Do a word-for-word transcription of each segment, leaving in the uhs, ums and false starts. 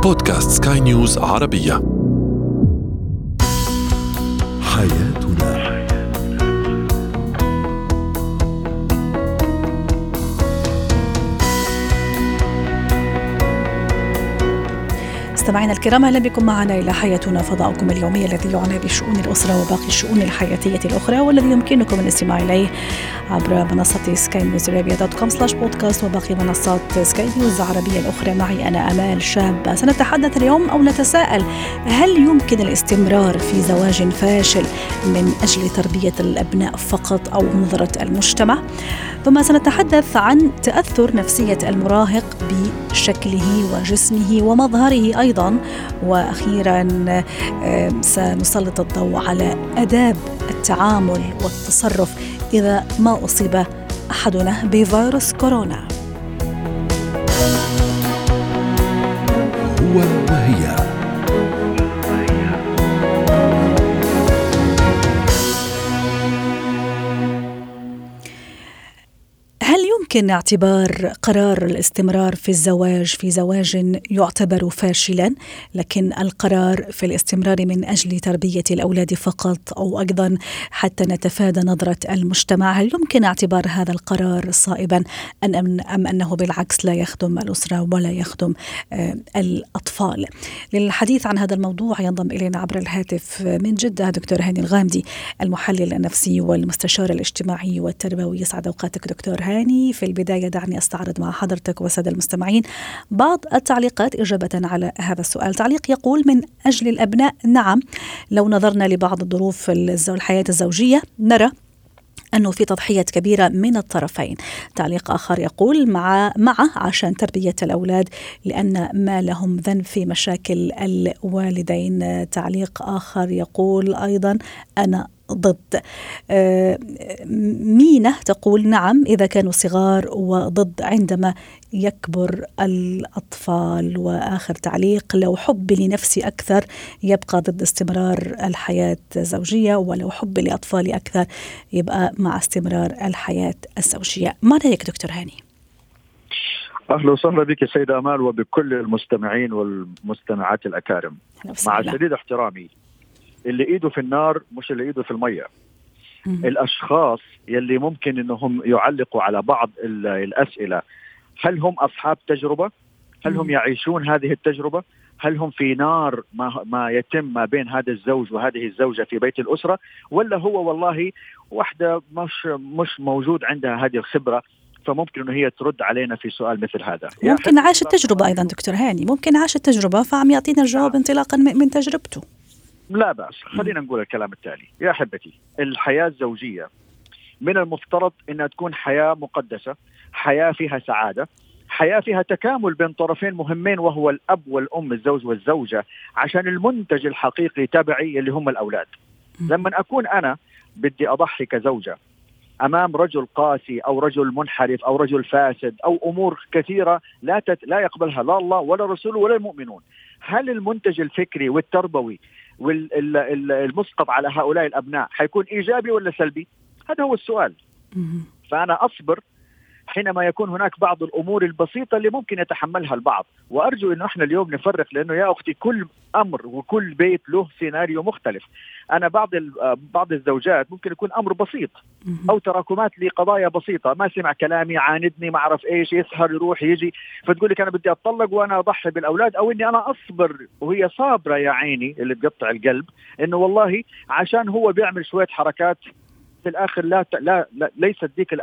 بودكاست سكاي نيوز عربية. حياتنا. مستمعينا الكرام، اهلا بكم معنا الى حياتنا، فضاؤكم اليومي الذي يعنى بشؤون الاسره وباقي الشؤون الحياتيه الاخرى، والذي يمكنكم الاستماع اليه عبر منصه سكاي نيوز عربيه دوت كوم سلاش بودكاست وباقي منصات سكاي نيوز العربيه الاخرى. معي انا امال شاب. سنتحدث اليوم او نتساءل: هل يمكن الاستمرار في زواج فاشل من اجل تربيه الابناء فقط او نظره المجتمع؟ ثم سنتحدث عن تاثر نفسيه المراهق بشكله وجسمه ومظهره ايضا، واخيرا سنسلط الضوء على آداب التعامل والتصرف اذا ما اصيب احدنا بفيروس كورونا. هو وهي. هل يمكن اعتبار قرار الاستمرار في الزواج في زواج يعتبر فاشلا، لكن القرار في الاستمرار من أجل تربية الأولاد فقط، أو أيضا حتى نتفادى نظرة المجتمع، هل يمكن اعتبار هذا القرار صائبا أم أنه بالعكس لا يخدم الأسرة ولا يخدم الأطفال؟ للحديث عن هذا الموضوع ينضم إلينا عبر الهاتف من جدة دكتور هاني الغامدي، المحلل النفسي والمستشار الاجتماعي والتربوي. يسعد أوقاتك دكتور هاني. في البداية دعني أستعرض مع حضرتك والسادة المستمعين بعض التعليقات إجابة على هذا السؤال. تعليق يقول: من أجل الأبناء نعم، لو نظرنا لبعض الظروف الحياة الزوجية نرى أنه في تضحيات كبيرة من الطرفين. تعليق آخر يقول: مع مع عشان تربية الأولاد لأن ما لهم ذنب في مشاكل الوالدين. تعليق آخر يقول أيضا: أنا ضد. مينة تقول: نعم إذا كانوا صغار، وضد عندما يكبر الأطفال. وآخر تعليق: لو حبي لنفسي أكثر يبقى ضد استمرار الحياة الزوجية، ولو حبي لأطفالي أكثر يبقى مع استمرار الحياة الزوجية. ما رأيك دكتور هاني؟ أهلا وسهلا بك سيدة أمال وبكل المستمعين والمستمعات الأكارم. مع شديد احترامي، اللي ايده في النار مش اللي ايده في المية. م- الاشخاص يلي ممكن انهم يعلقوا على بعض الاسئلة، هل هم اصحاب تجربة؟ هل هم يعيشون هذه التجربة؟ هل هم في نار ما, ما يتم ما بين هذا الزوج وهذه الزوجة في بيت الأسرة، ولا هو والله واحدة مش مش موجود عندها هذه الخبرة، فممكن انه هي ترد علينا في سؤال مثل هذا. ممكن عاش التجربة ايضا دكتور هاني، ممكن عاش التجربة فعم يعطينا الجواب انطلاقا من تجربته. لا بأس، خلينا نقول الكلام التالي يا أحبتي. الحياة الزوجية من المفترض أنها تكون حياة مقدسة، حياة فيها سعادة، حياة فيها تكامل بين طرفين مهمين، وهو الأب والأم، الزوج والزوجة، عشان المنتج الحقيقي تبعي اللي هم الأولاد. لما أكون أنا بدي أضحي كزوجة أمام رجل قاسي أو رجل منحرف أو رجل فاسد أو أمور كثيرة لا تت... لا يقبلها لا الله ولا رسوله ولا المؤمنون، هل المنتج الفكري والتربوي والمسقط على هؤلاء الأبناء حيكون إيجابي ولا سلبي؟ هذا هو السؤال. فأنا أصبر حينما يكون هناك بعض الأمور البسيطة اللي ممكن يتحملها البعض، وأرجو أنه إحنا اليوم نفرق، لأنه يا أختي كل أمر وكل بيت له سيناريو مختلف. أنا بعض بعض الزوجات ممكن يكون أمر بسيط أو تراكمات لقضايا بسيطة، ما سمع كلامي، عاندني، ما أعرف إيش، يسهر يروح يجي، فتقول لك أنا بدي أطلق وأنا أضحي بالأولاد، أو إني أنا أصبر وهي صابرة يا عيني اللي بيقطع القلب، إنه والله عشان هو بيعمل شوية حركات في الآخر لا لا, لا ليست ذيك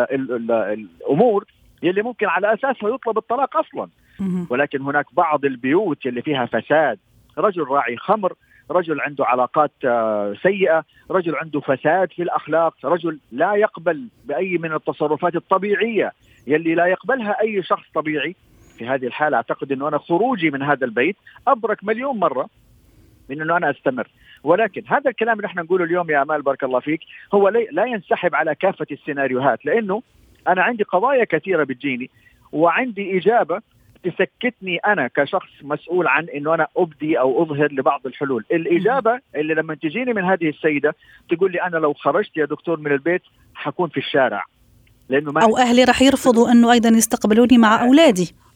الأمور يلي ممكن على أساسها يطلب الطلاق أصلا. ولكن هناك بعض البيوت اللي فيها فساد، رجل راعي خمر، رجل عنده علاقات سيئة، رجل عنده فساد في الأخلاق، رجل لا يقبل بأي من التصرفات الطبيعية يلي لا يقبلها أي شخص طبيعي. في هذه الحالة أعتقد أنه أنا خروجي من هذا البيت أبرك مليون مرة من أنه أنا أستمر. ولكن هذا الكلام اللي احنا نقوله اليوم يا أمال بارك الله فيك هو لا ينسحب على كافة السيناريوهات، لأنه أنا عندي قضايا كثيرة بتجيني وعندي إجابة تسكتني أنا كشخص مسؤول عن أنه أنا أبدي أو أظهر لبعض الحلول. الإجابة اللي لما تجيني من هذه السيدة تقول لي أنا لو خرجت يا دكتور من البيت حكون في الشارع، لأنه ما أو أهلي رح يرفضوا أنه أيضا يستقبلوني مع أولادي.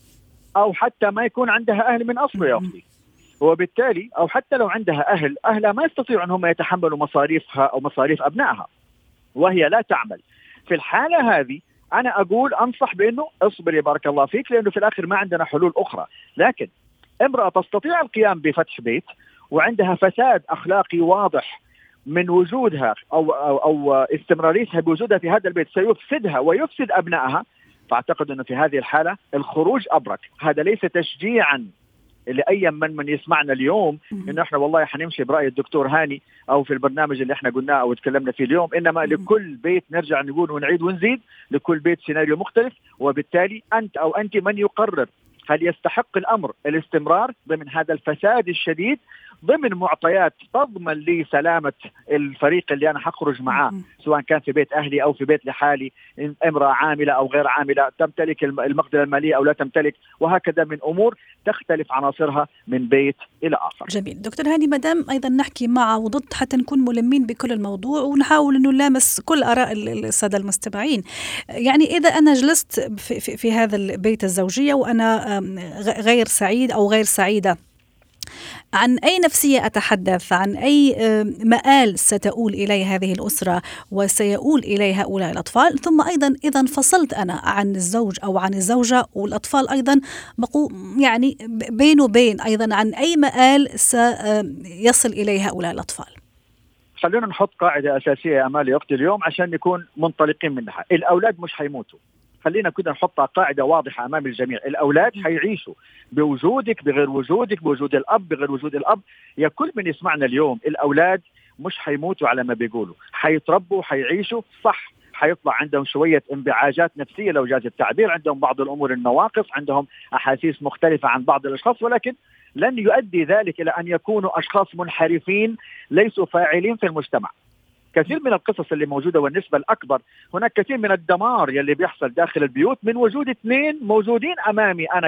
أو حتى ما يكون عندها أهل من أصله يا أختي. وبالتالي أو حتى لو عندها أهل أهلها ما يستطيعوا أنهم يتحملوا مصاريفها أو مصاريف أبنائها وهي لا تعمل. في الحالة هذه أنا أقول أنصح بأنه اصبري بارك الله فيك، لأنه في الآخر ما عندنا حلول أخرى. لكن امرأة تستطيع القيام بفتح بيت وعندها فساد أخلاقي واضح من وجودها أو, أو, أو استمراريتها بوجودها في هذا البيت سيفسدها ويفسد أبنائها، فأعتقد أنه في هذه الحالة الخروج أبرك. هذا ليس تشجيعا لأي من من يسمعنا اليوم إنه إحنا والله حنمشي برأي الدكتور هاني أو في البرنامج اللي إحنا قلناه أو تكلمنا فيه اليوم، إنما لكل بيت نرجع نقول ونعيد ونزيد، لكل بيت سيناريو مختلف. وبالتالي أنت أو أنت من يقرر هل يستحق الأمر الاستمرار ضمن هذا الفساد الشديد ضمن معطيات تضمن لي سلامة الفريق اللي أنا حخرج معاه، سواء كان في بيت أهلي أو في بيت لحالي، امرأة عاملة أو غير عاملة، تمتلك المقدرة المالية أو لا تمتلك، وهكذا من أمور تختلف عناصرها من بيت إلى آخر. جميل دكتور هاني، مدام أيضا نحكي مع وضد حتى نكون ملمين بكل الموضوع ونحاول أنه نلامس كل آراء السادة المستمعين. يعني إذا أنا جلست في, في, في هذا البيت الزوجية وأنا غير سعيد أو غير سعيدة، عن أي نفسية أتحدث؟ عن أي مآل ستؤول إليه هذه الأسرة وسيؤول إليه هؤلاء الأطفال؟ ثم أيضا إذا انفصلت أنا عن الزوج أو عن الزوجة والأطفال أيضا بقوا يعني بين وبين، أيضا عن أي مآل سيصل إليه هؤلاء الأطفال؟ خلينا نحط قاعدة أساسية يا أمال يا أختي اليوم عشان نكون منطلقين منها. الأولاد مش حيموتوا، خلينا كده نحط قاعدة واضحة أمام الجميع. الأولاد حيعيشوا بوجودك بغير وجودك، بوجود الأب بغير وجود الأب. يا كل من يسمعنا اليوم، الأولاد مش حيموتوا على ما بيقولوا، حيتربوا حيعيشوا صح. حيطلع عندهم شوية انبعاجات نفسية لو جاز التعبير، عندهم بعض الأمور النواقص، عندهم أحاسيس مختلفة عن بعض الأشخاص، ولكن لن يؤدي ذلك إلى أن يكونوا أشخاص منحرفين ليسوا فاعلين في المجتمع. كثير من القصص اللي موجودة والنسبة الأكبر، هناك كثير من الدمار يلي بيحصل داخل البيوت من وجود اثنين موجودين أمامي أنا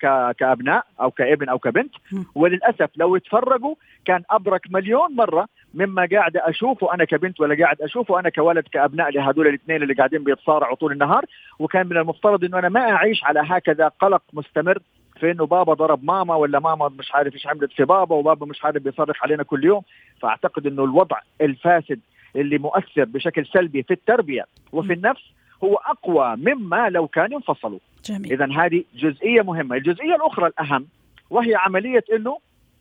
كأبناء أو كابن أو كبنت، وللأسف لو يتفرقوا كان أبرك مليون مرة مما قاعد أشوفه أنا كبنت ولا قاعد أشوفه أنا كولد كأبناء لهذول الاثنين اللي قاعدين بيتصارعوا طول النهار. وكان من المفترض أنه أنا ما أعيش على هكذا قلق مستمر في أنه بابا ضرب ماما ولا ماما مش عارف إيش عملت في بابا وبابا مش عارف بيصرخ علينا كل يوم. فأعتقد أنه الوضع الفاسد اللي مؤثر بشكل سلبي في التربية وفي النفس هو أقوى مما لو كانوا انفصلوا. إذن هذه جزئية مهمة. الجزئية الأخرى الأهم وهي عملية أنه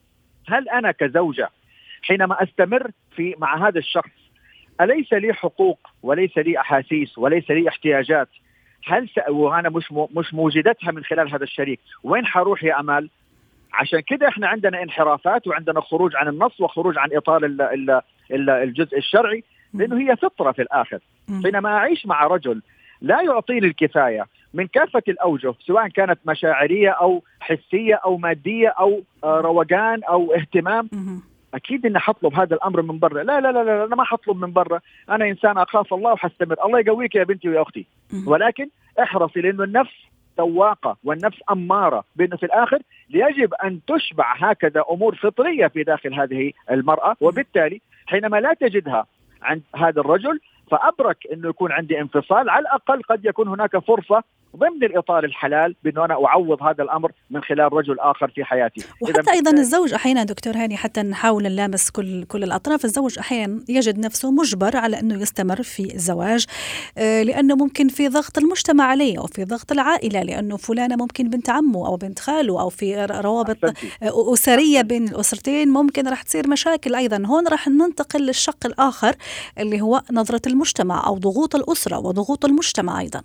هل أنا كزوجة حينما أستمر في مع هذا الشخص أليس لي حقوق وليس لي أحاسيس وليس لي احتياجات؟ هل س... وأنا مش م... مش موجدتها من خلال هذا الشريك، وين حروح يا أمال؟ عشان كده إحنا عندنا انحرافات وعندنا خروج عن النص وخروج عن إطار ال... ال... الجزء الشرعي، لأنه هي فطرة في الآخر. حينما أعيش مع رجل لا يعطيني الكفاية من كافة الأوجه، سواء كانت مشاعرية أو حسية أو مادية أو روقان أو اهتمام، أكيد إن حطلب هذا الأمر من برا. لا لا لا لا أنا ما حطلب من برا، أنا إنسان أخاف الله وحستمر. الله يقويك يا بنتي ويا أختي، ولكن احرصي لأنه النفس سواقة والنفس أمارة، بأنه في الآخر يجب أن تشبع هكذا أمور فطرية في داخل هذه المرأة. وبالتالي حينما لا تجدها عند هذا الرجل فأبرك أنه يكون عندي انفصال. على الأقل قد يكون هناك فرصة ضمن الإطار الحلال بأنه أنا أعوض هذا الأمر من خلال رجل آخر في حياتي. وحتى أيضا الزوج أحيانا دكتور هاني، حتى نحاول نلامس كل كل الأطراف، الزوج أحيانا يجد نفسه مجبر على أنه يستمر في الزواج لأنه ممكن في ضغط المجتمع عليه أو في ضغط العائلة، لأنه فلانة ممكن بنت عمه أو بنت خاله، أو في روابط أسرية بين الأسرتين ممكن راح تصير مشاكل. أيضا هون راح ننتقل للشق الآخر اللي هو نظرة المجتمع أو ضغوط الأسرة وضغوط المجتمع أيضا.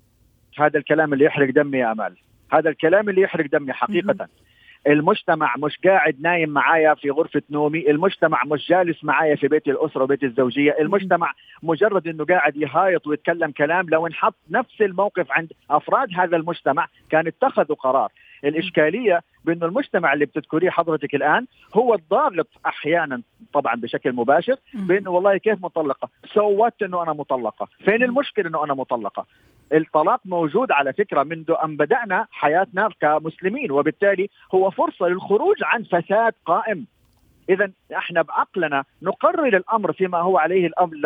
هذا الكلام اللي يحرق دمي يا أمال، هذا الكلام اللي يحرق دمي حقيقة. المجتمع مش قاعد نايم معايا في غرفة نومي، المجتمع مش جالس معايا في بيت الأسرة وبيت الزوجية، المجتمع مجرد أنه قاعد يهايط ويتكلم كلام لو انحط نفس الموقف عند أفراد هذا المجتمع كان اتخذوا قرار. الإشكالية بأنه المجتمع اللي بتذكريه حضرتك الآن هو الضاغط أحيانا طبعا بشكل مباشر بأنه والله كيف مطلقة، سوت أنه أنا مطلقة، فين المشكلة أنه أنا مطلقة؟ الطلاق موجود على فكرة منذ أن بدأنا حياتنا كمسلمين، وبالتالي هو فرصة للخروج عن فساد قائم. إذن احنا بعقلنا نقرر الأمر فيما هو عليه الأمر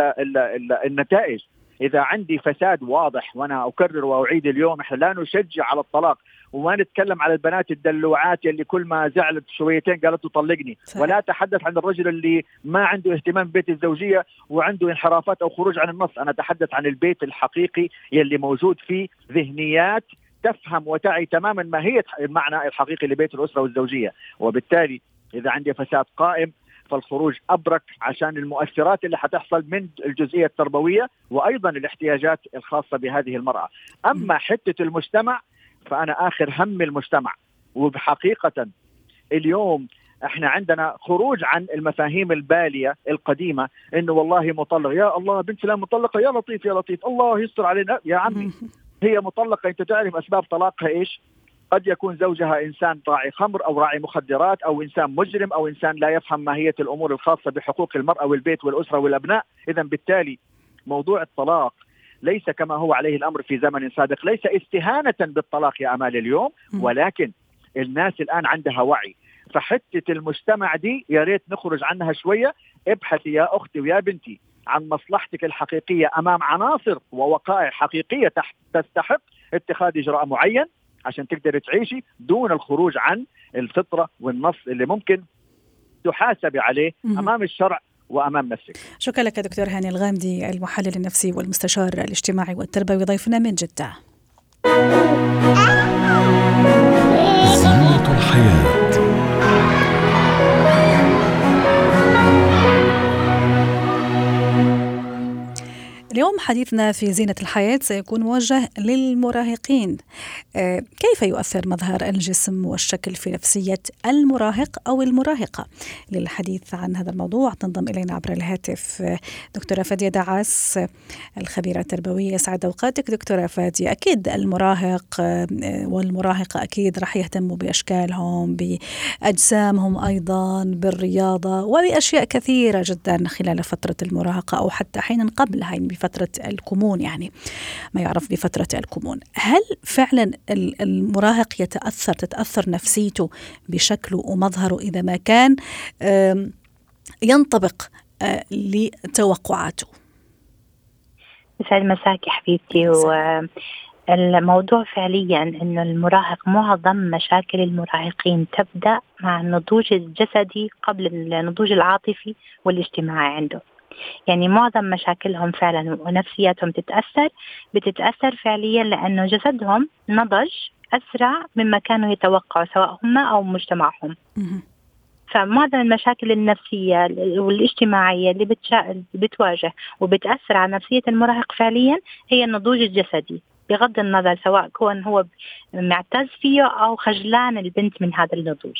النتائج. إذا عندي فساد واضح، وأنا أكرر وأعيد اليوم، احنا لا نشجع على الطلاق، وما نتكلم على البنات الدلوعات اللي كل ما زعلت شويتين قالت له طلقني. صحيح. ولا أتحدث عن الرجل اللي ما عنده اهتمام ببيت الزوجية وعنده انحرافات أو خروج عن النص. أنا أتحدث عن البيت الحقيقي يلي موجود فيه ذهنيات تفهم وتعي تماما ماهية المعنى الحقيقي لبيت الأسرة والزوجية. وبالتالي إذا عندي فساد قائم فالخروج أبرك عشان المؤثرات اللي حتحصل من الجزئية التربوية وأيضا الاحتياجات الخاصة بهذه المرأة. أما حتة المجتمع فأنا آخر هم المجتمع. وبحقيقة اليوم احنا عندنا خروج عن المفاهيم البالية القديمة انه والله مطلق، يا الله بنت فلان مطلقة، يا لطيف يا لطيف الله يستر علينا. يا عمي هي مطلقة، انت تعرف اسباب طلاقها ايش؟ قد يكون زوجها إنسان راعي خمر أو راعي مخدرات أو إنسان مجرم أو إنسان لا يفهم ماهية الأمور الخاصة بحقوق المرأة والبيت والأسرة والأبناء. إذن بالتالي موضوع الطلاق ليس كما هو عليه الأمر في زمن سابق، ليس استهانة بالطلاق يا أمال اليوم، ولكن الناس الآن عندها وعي. فحتة المجتمع دي يا ريت نخرج عنها شوية. ابحثي يا أختي ويا بنتي عن مصلحتك الحقيقية أمام عناصر ووقائع حقيقية تستحق اتخاذ إجراء معين عشان تقدر تعيشي دون الخروج عن الفطرة والنص اللي ممكن تحاسبي عليه أمام الشرع وأمام نفسك. شكرا لك دكتور هاني الغامدي، المحلل النفسي والمستشار الاجتماعي والتربوي، ضيفنا من جدة. زينة الحياة. اليوم حديثنا في زينة الحياة سيكون موجه للمراهقين. كيف يؤثر مظهر الجسم والشكل في نفسية المراهق أو المراهقة؟ للحديث عن هذا الموضوع تنضم إلينا عبر الهاتف دكتورة فادية دعاس، الخبيرة التربوية. سعد أوقاتك دكتورة فادية. أكيد المراهق والمراهقة أكيد رح يهتموا بأشكالهم، بأجسامهم، أيضا بالرياضة وبأشياء كثيرة جدا خلال فترة المراهقة أو حتى حينا قبلها بفترة الكمون، يعني ما يعرف بفترة الكمون. هل فعلا المراهق يتأثر تتأثر نفسيته بشكله ومظهره إذا ما كان ينطبق لتوقعاته؟ يسعد مساكي حبيبتي. والموضوع فعليا أنه المراهق معظم مشاكل المراهقين تبدأ مع النضوج الجسدي قبل النضوج العاطفي والاجتماعي عنده. يعني معظم مشاكلهم فعلا ونفسياتهم تتأثر بتتأثر فعليا لأنه جسدهم نضج أسرع مما كانوا يتوقعوا سواء هم أو مجتمعهم. فمعظم المشاكل النفسية والاجتماعية اللي بتواجه وبتأثر على نفسية المراهق فعليا هي النضوج الجسدي، بغض النظر سواء كون هو معتز فيه أو خجلان البنت من هذا النضوج.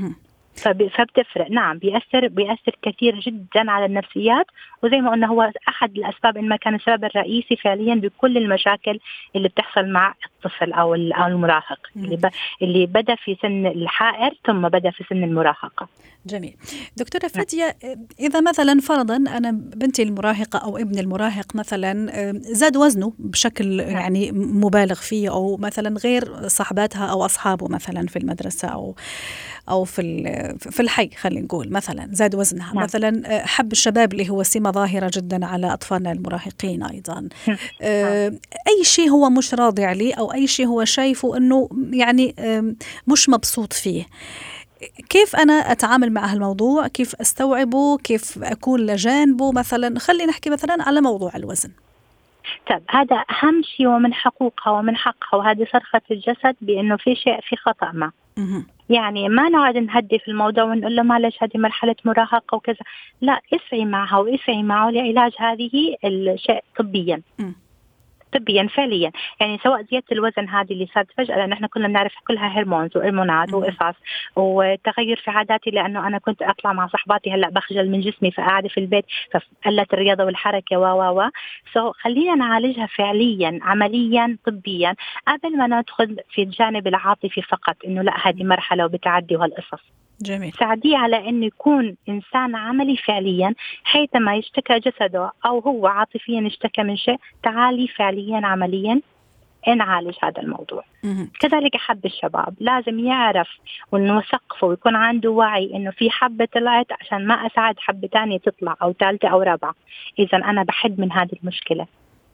فبتفرق. نعم بيأثر بيأثر كثير جدا على النفسيات، وزي ما قلنا هو أحد الأسباب إن ما كان السبب الرئيسي فعليا بكل المشاكل اللي بتحصل مع الطفل أو المراهق اللي, ب... اللي بدأ في سن الحائر ثم بدأ في سن المراهقة. جميل. دكتورة فادية، إذا مثلا فرضا أنا بنتي المراهقة أو ابن المراهق مثلا زاد وزنه بشكل يعني مبالغ فيه، أو مثلا غير صحباتها أو أصحابه مثلا في المدرسة أو أو في في الحي، خلينا نقول مثلا زاد وزنها. نعم. مثلا حب الشباب اللي هو سمة ظاهرة جدا على أطفالنا المراهقين أيضا. نعم. أي شيء هو مش راضي عليه أو أي شيء هو شايفه أنه يعني مش مبسوط فيه، كيف أنا أتعامل مع هالموضوع؟ كيف أستوعبه؟ كيف أكون لجانبه؟ مثلا خلينا نحكي مثلا على موضوع الوزن. طب هذا أهم شيء ومن حقوقها ومن حقها، وهذه صرخة الجسد بأنه في شيء في خطأ ما. يعني ما نقعد نهدي في الموضوع ونقول له معلش هذه مرحلة مراهقة وكذا، لا، اسعي معها واسعي معه لعلاج هذه الشيء طبيا. م. طبيا فعليا. يعني سواء زيادة الوزن هذه اللي صارت فجأة، لأن احنا كلنا بنعرف كلها هرمونز وهرمونات وقصص وتغير في عاداتي، لأنه أنا كنت أطلع مع صحباتي هلأ بخجل من جسمي فقاعدة في البيت فقلت الرياضة والحركة و و و سو خلينا نعالجها فعليا عمليا طبيا قبل ما ندخل في الجانب العاطفي فقط إنه لا هذه مرحلة وبتعدي وهالقصص. جميل. ساعديه على أن يكون إنسان عملي فعليا، حيثما يشتكى جسده أو هو عاطفيا اشتكى من شيء، تعالي فعليا عمليا نعالج هذا الموضوع. م- كذلك حب الشباب لازم يعرف ونثقفه ويكون عنده وعي إنه في حبة طلعت عشان ما أساعد حبة تانية تطلع أو ثالثة أو رابعة، إذا أنا بحد من هذه المشكلة.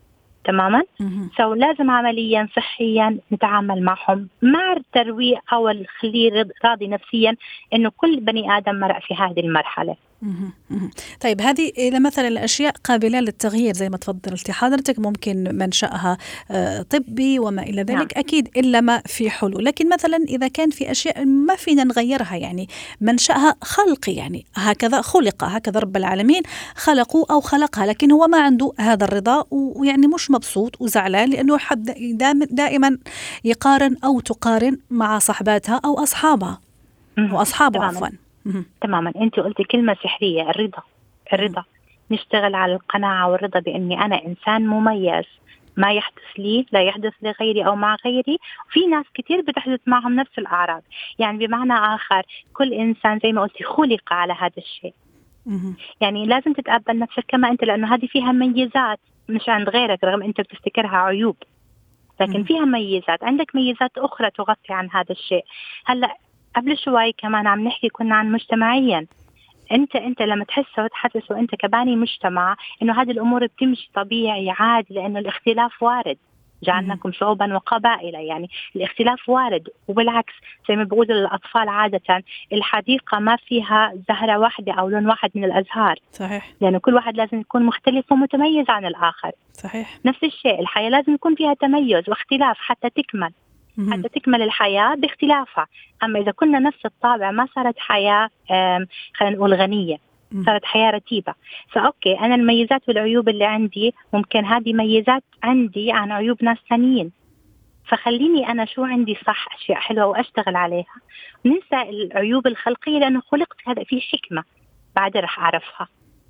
تماما. سو لازم عمليا صحيا نتعامل معهم مع الترويع أو الخليه راضي نفسيا إنه كل بني آدم مرق في هذه المرحلة. طيب هذه إذا مثلا الأشياء قابلة للتغيير زي ما تفضلتي حضرتك، ممكن منشأها طبي وما إلى ذلك. نعم. أكيد إلا ما في حلول، لكن مثلا إذا كان في أشياء ما فينا نغيرها، يعني منشأها خلقي، يعني هكذا خلق، هكذا رب العالمين خلقوا أو خلقها، لكن هو ما عنده هذا الرضا ويعني مش مبسوط وزعلان لأنه حب دائما يقارن أو تقارن مع صحباتها أو أصحابها وأصحابه عفوا. تماما. أنت قلتي كلمة سحرية، الرضا. الرضا نشتغل على القناعة والرضا بأني أنا إنسان مميز، ما يحدث لي لا يحدث لغيري أو مع غيري. في ناس كتير بتحدث معهم نفس الأعراض، يعني بمعنى آخر كل إنسان زي ما قلتي خلق على هذا الشيء. يعني لازم تتقبل نفسك كما أنت، لأنه هذه فيها ميزات مش عند غيرك، رغم أنت بتفتكرها عيوب لكن فيها ميزات. عندك ميزات أخرى تغطي عن هذا الشيء. هلأ قبل شوي كمان عم نحكي كنا عن مجتمعيا. انت انت لما تحس وتحسس وانت كباني مجتمع انه هذه الامور بتمشي طبيعي عادي، لانه الاختلاف وارد، جعلناكم شعوبا وقبائل، يعني الاختلاف وارد. وبالعكس زي ما بقول الاطفال عاده الحديقه ما فيها زهره واحده او لون واحد من الازهار. صحيح. لانه كل واحد لازم يكون مختلف ومتميز عن الاخر. صحيح. نفس الشيء الحياه لازم يكون فيها تميز واختلاف حتى تكمل. حتى تكمل الحياة باختلافها. أما إذا كنا نفس الطابع ما صارت حياة خلينا نقول غنية، صارت حياة رتيبة. فأوكي أنا الميزات والعيوب اللي عندي ممكن هذه ميزات عندي عن عيوب ناس ثانيين، فخليني أنا شو عندي صح أشياء حلوة وأشتغل عليها، ننسى العيوب الخلقية لأنه خلقت هذا في حكمة بعد رح أعرفها.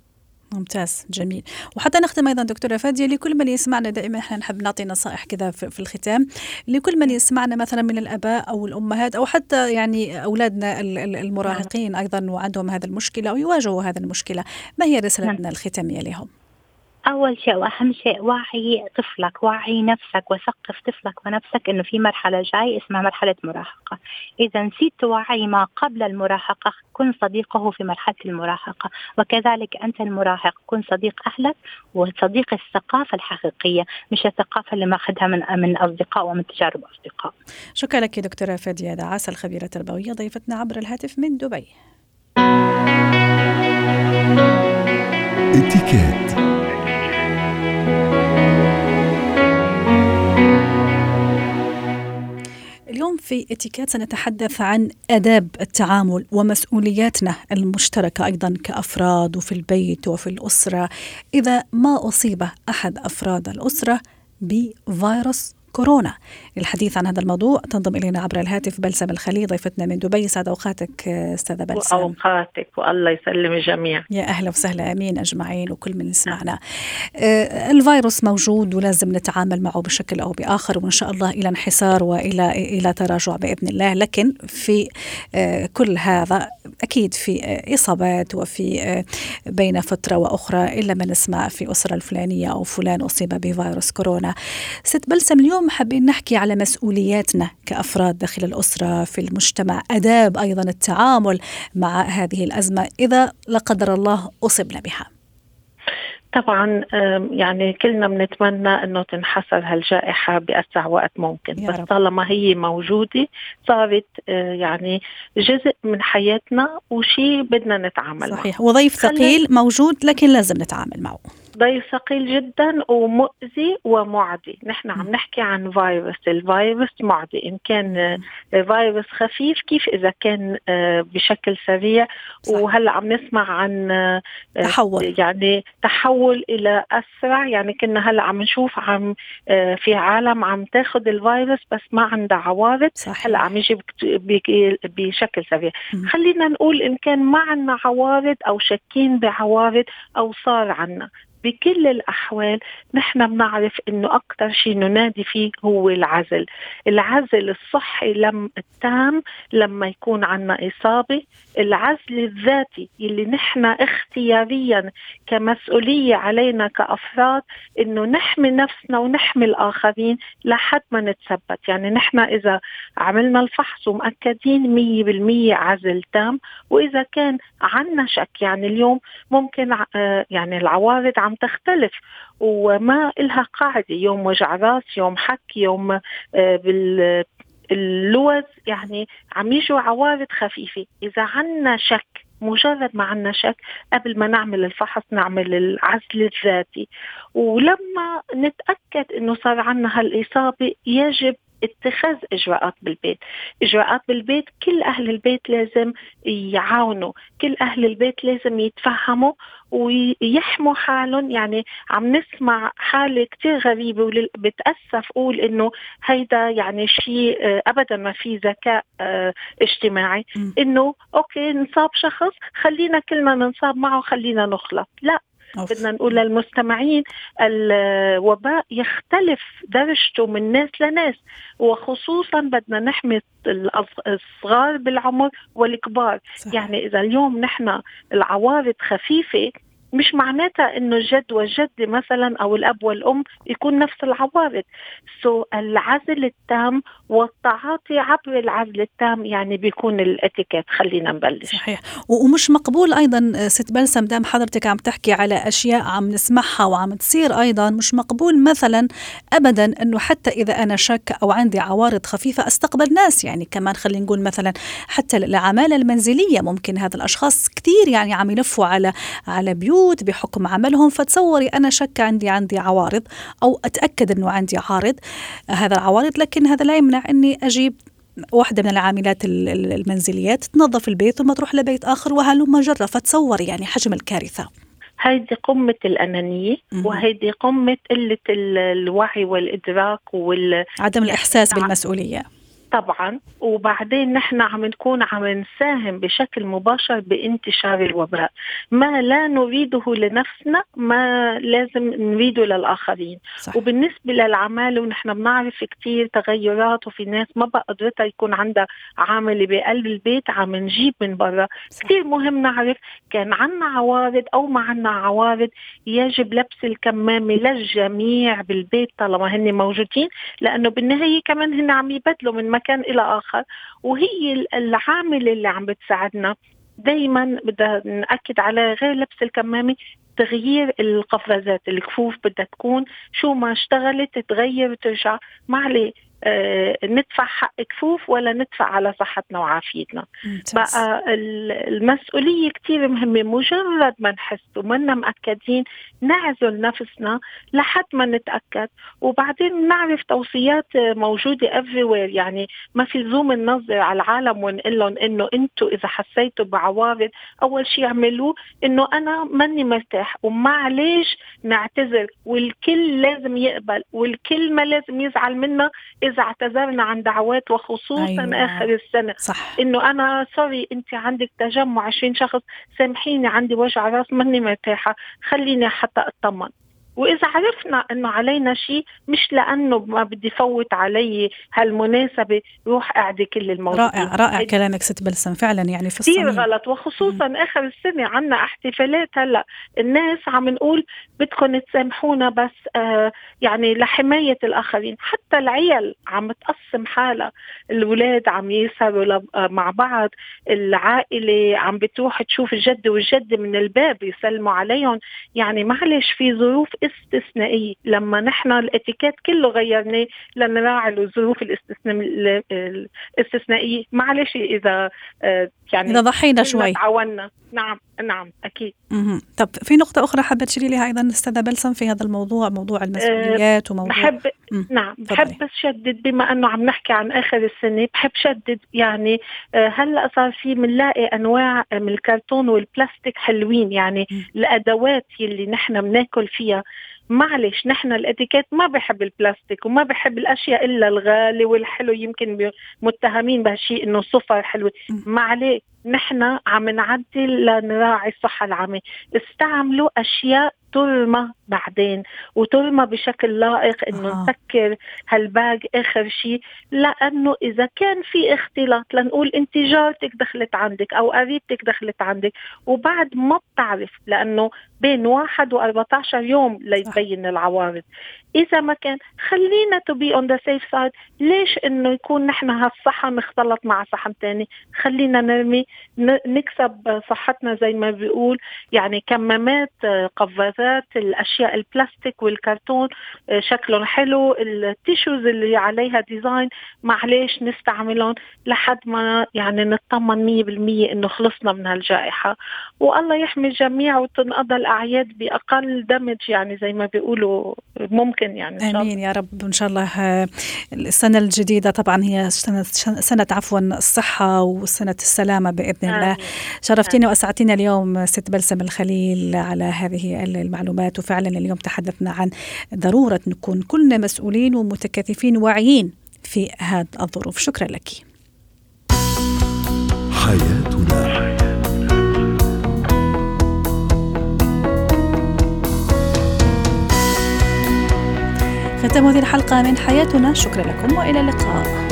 ممتاز، جميل. وحتى نختم أيضا دكتورة فادية لكل من يسمعنا، دائما احنا نحب نعطي نصائح كذا في الختام لكل من يسمعنا مثلا من الآباء أو الأمهات أو حتى يعني أولادنا المراهقين أيضا وعندهم هذا المشكلة أو يواجهوا هذا المشكلة، ما هي رسالتنا الختامية لهم؟ أول شيء وأهم شيء وعي طفلك، وعي نفسك وثقف طفلك ونفسك إنه في مرحلة جاي اسمها مرحلة مراهقة. إذا نسيت توعي ما قبل المراهقة كن صديقه في مرحلة المراهقة، وكذلك أنت المراهق كن صديق أهلك وصديق الثقافة الحقيقية مش الثقافة اللي ماخذها من من أصدقاء ومن تجارب أصدقاء. شكرا لك دكتورة فادية دعاسة الخبيرة التربوية ضيفتنا عبر الهاتف من دبي. اتكات. اليوم في اتيكيت سنتحدث عن آداب التعامل ومسؤولياتنا المشتركة أيضا كأفراد وفي البيت وفي الأسرة إذا ما أصيب أحد أفراد الأسرة بفيروس كورونا. للحديث عن هذا الموضوع تنضم إلينا عبر الهاتف بلسم الخليل ضيفتنا من دبي. سعد أوقاتك أستاذة بلسم. وأوقاتك والله يسلم الجميع. يا أهلا وسهلا، أمين أجمعين وكل من يسمعنا. آه الفيروس موجود ولازم نتعامل معه بشكل أو بآخر، وإن شاء الله إلى انحسار وإلى إلى تراجع بإذن الله. لكن في آه كل هذا أكيد في آه إصابات وفي آه بين فترة وأخرى إلا ما نسمع في أسرة الفلانية أو فلان أصيب بفيروس كورونا. ست بلسم، اليوم حابين نحكي على مسؤولياتنا كأفراد داخل الأسرة في المجتمع، آداب أيضا التعامل مع هذه الأزمة إذا لا قدر الله أصبنا بها. طبعا يعني كلنا بنتمنى أنه تنحصر هالجائحة بأسرع وقت ممكن، بس طالما هي موجودة صارت يعني جزء من حياتنا وشي بدنا نتعامل معه. صحيح. وضيف ثقيل موجود لكن لازم نتعامل معه. ضيف ثقيل جدا ومؤذي ومعدي. نحن عم نحكي عن فيروس، الفيروس معدي إن كان فيروس خفيف كيف إذا كان بشكل سريع. صح. وهلأ عم نسمع عن تحول، يعني تحول إلى أسرع. يعني كنا هلأ عم نشوف عم في عالم عم تاخد الفيروس بس ما عندها عوارض. هلأ عم يجي بشكل سريع. م. خلينا نقول إن كان ما عندنا عوارض أو شاكين بعوارض أو صار عنا، بكل الأحوال نحن بنعرف إنه أكتر شيء ننادي فيه هو العزل. العزل الصحي لم التام لما يكون عنا إصابة، العزل الذاتي اللي نحن اختياريا كمسؤولية علينا كأفراد إنه نحمي نفسنا ونحمي الآخرين لحد ما نتثبت. يعني نحن إذا عملنا الفحص ومأكدين مية بالمية عزل تام، وإذا كان عنا شك يعني اليوم ممكن يعني العوارض عم تختلف وما إلها قاعدة، يوم وجع راس، يوم حك، يوم بال اللوز، يعني عم يجوا عوارض خفيفة. إذا عنا شك، مجرد ما عنا شك قبل ما نعمل الفحص نعمل العزل الذاتي، ولما نتأكد إنه صار عنا هالإصابة يجب اتخاذ إجراءات بالبيت. إجراءات بالبيت كل أهل البيت لازم يعاونوا، كل أهل البيت لازم يتفهموا ويحموا حالهم. يعني عم نسمع حالة كتير غريبة وبتأسف أقول إنه هيدا يعني شيء أبدا ما في ذكاء اجتماعي، إنه أوكي نصاب شخص خلينا كلنا ننصاب معه خلينا نخلط. لا، بدنا نقول للمستمعين الوباء يختلف درجته من ناس لناس، وخصوصا بدنا نحمي الصغار بالعمر والكبار. صحيح. يعني إذا اليوم نحن العوارض خفيفة مش معناتها إنه الجد والجدة مثلا أو الأب والأم يكون نفس العوارض. سو العزل التام والتعاطي عبر العزل التام يعني بيكون الاتيكيت. خلينا نبلش. صحيح. ومش مقبول أيضا ست بلسم دام حضرتك عم تحكي على أشياء عم نسمعها وعم تصير أيضا، مش مقبول مثلا أبدا أنه حتى إذا أنا شك أو عندي عوارض خفيفة أستقبل ناس. يعني كمان خلينا نقول مثلا حتى العمالة المنزلية ممكن هذا الأشخاص كثير يعني عم يلفوا على على بيوت بحكم عملهم، فتصوري أنا شك عندي عندي عوارض أو أتأكد أنه عندي عارض هذا العوارض، لكن هذا لا يمنع أني أجيب واحدة من العاملات المنزليات تنظف البيت ثم تروح لبيت آخر وهلما جرة. فتصوري يعني حجم الكارثة. هيدي قمة الأنانية وهيدي قمة قلة الوعي والإدراك وعدم الإحساس يعني بالمسؤولية طبعا. وبعدين نحن عم نكون عم نساهم بشكل مباشر بانتشار الوباء. ما لا نريده لنفسنا ما لازم نريده للآخرين. صح. وبالنسبة للعمالة ونحن بنعرف كتير تغيرات، وفي ناس ما بقى قدرتها يكون عندها عامل بقلب البيت عم نجيب من برا. كتير مهم نعرف كان عنا عوارض أو ما عنا عوارض يجب لبس الكمامة للجميع بالبيت طالما هن موجودين، لأنه بالنهاية كمان هن عم يبدلوا من مكان إلى آخر. وهي العامل اللي عم بتساعدنا دايما بدنا نأكد على غير لبس الكمامة تغيير القفازات. الكفوف بدها تكون شو ما اشتغلت تغير وترجع. ما عليه آه ندفع حق كفوف ولا ندفع على صحتنا وعافيتنا. بقى المسؤولية كتير مهمة. مجرد ما نحس ومنا مأكدين نعزل نفسنا لحد ما نتأكد، وبعدين نعرف توصيات موجودة everywhere. يعني ما في لزوم ننظر على العالم ونقلهم إنه أنتوا إذا حسيتوا بعوارض أول شيء عملوه إنه أنا ماني مرتاح ومعليش نعتذر، والكل لازم يقبل والكل ما لازم يزعل منا إذا اعتذرنا عن دعوات، وخصوصا أيوة. آخر السنة. صح. إنه أنا سوري أنت عندك تجمع عشرين شخص، سامحيني عندي وجع راس ماني مرتاحة خليني حتى أطمن. وإذا عرفنا أنه علينا شيء مش لأنه ما بدي فوت علي هالمناسبة روح قاعدة كل الموضوع. رائع رائع كلامك ست بلسم فعلا. يعني في الصميم كثير غلط، وخصوصا م. آخر السنة عنا احتفالات. هلأ الناس عم نقول بدكم تسامحونا بس آه يعني لحماية الآخرين. حتى العيال عم تقسم حالة، الولاد عم يسهروا مع بعض، العائلة عم بتروح تشوف الجد والجد من الباب يسلموا عليهم. يعني معلش في ظروف استثنائية لما نحن الاتيكيت كله غيرناه لنراعي الظروف الاستثنائية. معلش إذا يعني إذا ضحينا شوي تعاوننا. نعم نعم أكيد. مم. طب في نقطة أخرى حابة تشيري لها أيضا أستاذة بلسم في هذا الموضوع، موضوع المسؤوليات وموضوع بحب مم. نعم بحب شدد بما أنه عم نحكي عن آخر السنة. بحب شدد يعني هلأ صار في منلاقي أنواع من الكرتون والبلاستيك حلوين. يعني مم. الأدوات اللي نحن بناكل فيها معلش نحن الاتيكيت ما بحب البلاستيك وما بحب الأشياء إلا الغالي والحلو. يمكن متهمين بهالشيء إنه صفر حلو. معلش نحن عم نعدل لنراعي الصحة العامة. استعملوا أشياء ترمى بعدين وترمى بشكل لائق، إنه آه. نسكر هالباج آخر شيء. لأنه إذا كان في اختلاط لنقول أنت جارتك دخلت عندك أو قريبتك دخلت عندك وبعد ما بتعرف، لأنه بين واحد وأربعة عشر يوم ليبين العوارض. إذا ما كان خلينا to be on the safe side. ليش إنه يكون نحن هالصحة نختلط مع صحة تاني؟ خلينا نرمي نكسب صحتنا زي ما بيقول. يعني كمامات، قفازات، الغازات، الأشياء البلاستيك والكرتون شكلهم حلو، التيشوز اللي عليها ديزاين معليش نستعملهم لحد ما يعني نطمن مية بالمية إنه خلصنا من هالجائحة، والله يحمي الجميع وتنقضى الأعياد بأقل دمج يعني زي ما بيقولوا ممكن يعني. آمين يا رب. إن شاء الله السنة الجديدة طبعا هي سنة, سنة عفوا الصحة وسنة السلامة بإذن الله. آمين. شرفتينا وأسعدتينا اليوم ست بلسم الخليل على هذه المعلومات، وفعلا اليوم تحدثنا عن ضرورة نكون كلنا مسؤولين ومتكاتفين واعيين في هذه الظروف. شكرا لك. حياتنا. ختام هذه الحلقة من حياتنا، شكرا لكم وإلى اللقاء.